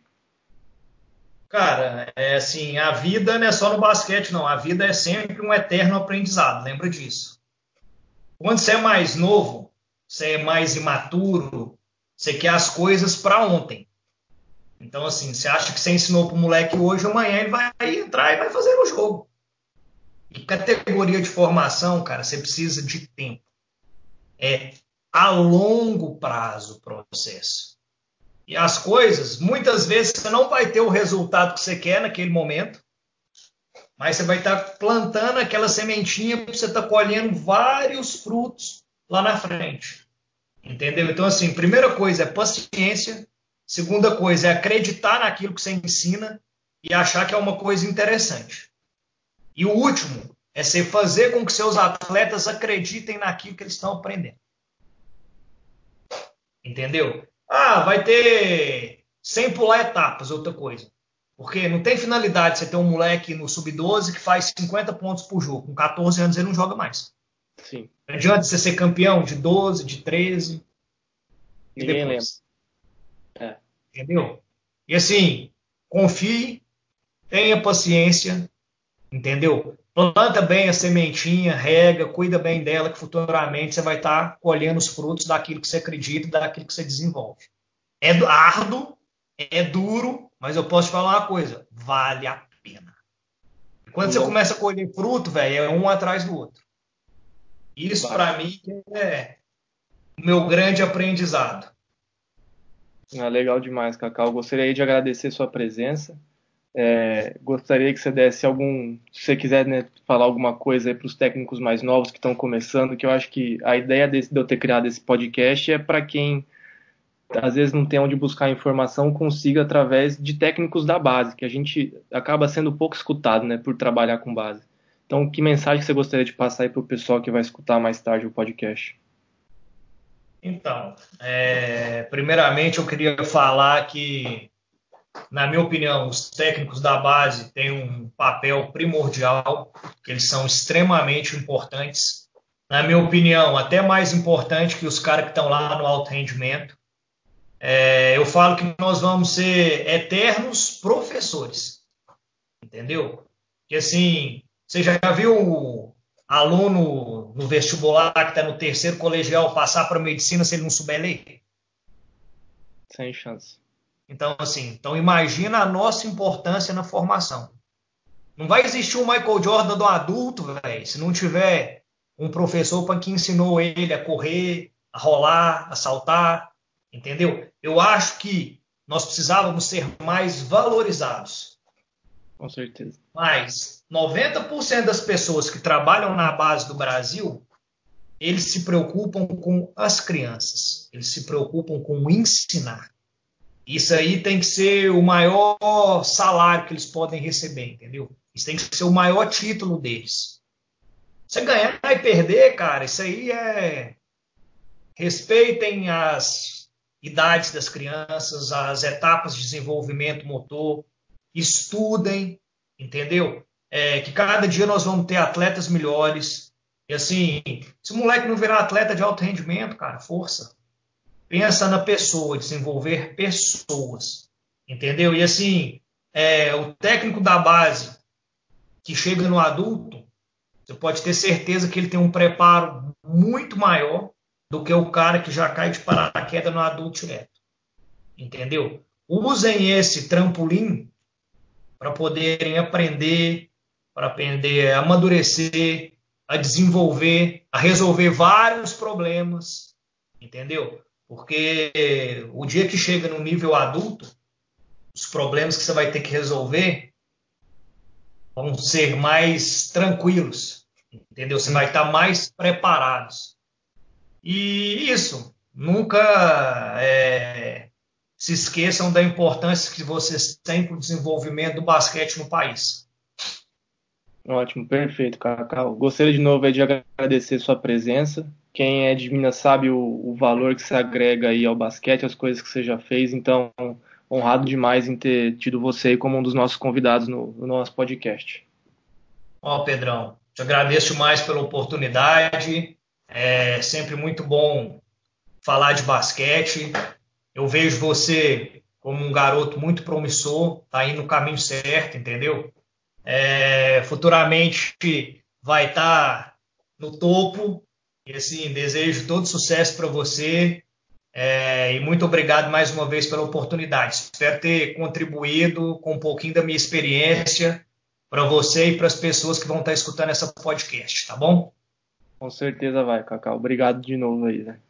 Cara, é assim, a vida não é só no basquete, não. A vida é sempre um eterno aprendizado, lembra disso. Quando você é mais novo, você é mais imaturo, você quer as coisas para ontem. Então, assim, você acha que você ensinou para o moleque hoje, amanhã ele vai entrar e vai fazer o jogo. E categoria de formação, cara, você precisa de tempo. É a longo prazo o processo. E as coisas, muitas vezes, você não vai ter o resultado que você quer naquele momento, mas você vai estar plantando aquela sementinha para você estar colhendo vários frutos lá na frente. Entendeu? Então, assim, primeira coisa é paciência, segunda coisa é acreditar naquilo que você ensina e achar que é uma coisa interessante. E o último é você fazer com que seus atletas acreditem naquilo que eles estão aprendendo. Entendeu? Ah, vai ter sem pular etapas, outra coisa. Porque não tem finalidade você ter um moleque no sub doze que faz cinquenta pontos por jogo. Com catorze anos ele não joga mais. Sim, Não adianta você ser campeão de doze, de treze e ninguém lembra. depois. É. Entendeu? E assim, confie, tenha paciência, entendeu? Planta bem a sementinha, rega, cuida bem dela, que futuramente você vai estar colhendo os frutos daquilo que você acredita e daquilo que você desenvolve. É árduo, é duro, mas eu posso te falar uma coisa: vale a pena. Quando você Long... começa a colher fruto, velho, é um atrás do outro. Isso, Vai. para mim, é o meu grande aprendizado. Ah, legal demais, Cacau. Gostaria de agradecer sua presença. É, gostaria que você desse algum, se você quiser, né, falar alguma coisa para os técnicos mais novos que estão começando, que eu acho que a ideia desse, de eu ter criado esse podcast é para quem às vezes não tem onde buscar informação, consiga através de técnicos da base, que a gente acaba sendo pouco escutado, né, por trabalhar com base. Então, que mensagem você gostaria de passar aí para o pessoal que vai escutar mais tarde o podcast? Então, é, primeiramente eu queria falar que, na minha opinião, os técnicos da base têm um papel primordial, que eles são extremamente importantes. Na minha opinião, até mais importante que os caras que estão lá no alto rendimento. É, eu falo que nós vamos ser eternos professores, entendeu? Que assim, você já viu aluno no vestibular que está no terceiro colegial passar para medicina se ele não souber ler? Sem chance. Então, assim, então imagina a nossa importância na formação. Não vai existir um Michael Jordan do adulto, velho, se não tiver um professor para que ensinou ele a correr, a rolar, a saltar, entendeu? Eu acho que nós precisávamos ser mais valorizados. Com certeza. Mas noventa por cento das pessoas que trabalham na base do Brasil, eles se preocupam com as crianças, eles se preocupam com ensinar. Isso aí tem que ser o maior salário que eles podem receber, entendeu? Isso tem que ser o maior título deles. Você ganhar e perder, cara, isso aí é... Respeitem as idades das crianças, as etapas de desenvolvimento motor, estudem, entendeu? É, que cada dia nós vamos ter atletas melhores. E assim, se o moleque não virar atleta de alto rendimento, cara, força. Pensa na pessoa, desenvolver pessoas, entendeu? E assim, é, o técnico da base que chega no adulto, você pode ter certeza que ele tem um preparo muito maior do que o cara que já cai de paraquedas no adulto direto, entendeu? Usem esse trampolim para poderem aprender, para aprender a amadurecer, a desenvolver, a resolver vários problemas, entendeu? Porque o dia que chega no nível adulto, os problemas que você vai ter que resolver vão ser mais tranquilos, entendeu? Você vai estar mais preparados. E isso, nunca é, se esqueçam da importância que vocês têm para o desenvolvimento do basquete no país. Ótimo, perfeito, Cacau. Gostaria de novo aí de agradecer sua presença. Quem é de Minas sabe o, o valor que se agrega aí ao basquete, as coisas que você já fez, então honrado demais em ter tido você aí como um dos nossos convidados no, no nosso podcast. Ó, Pedrão, te agradeço demais pela oportunidade. É sempre muito bom falar de basquete. Eu vejo você como um garoto muito promissor, tá indo no caminho certo, entendeu? É, futuramente vai estar no topo. E assim, desejo todo sucesso para você. É, e muito obrigado mais uma vez pela oportunidade. Espero ter contribuído com um pouquinho da minha experiência para você e para as pessoas que vão estar escutando essa podcast, tá bom? Com certeza vai, Cacau. Obrigado de novo aí, né?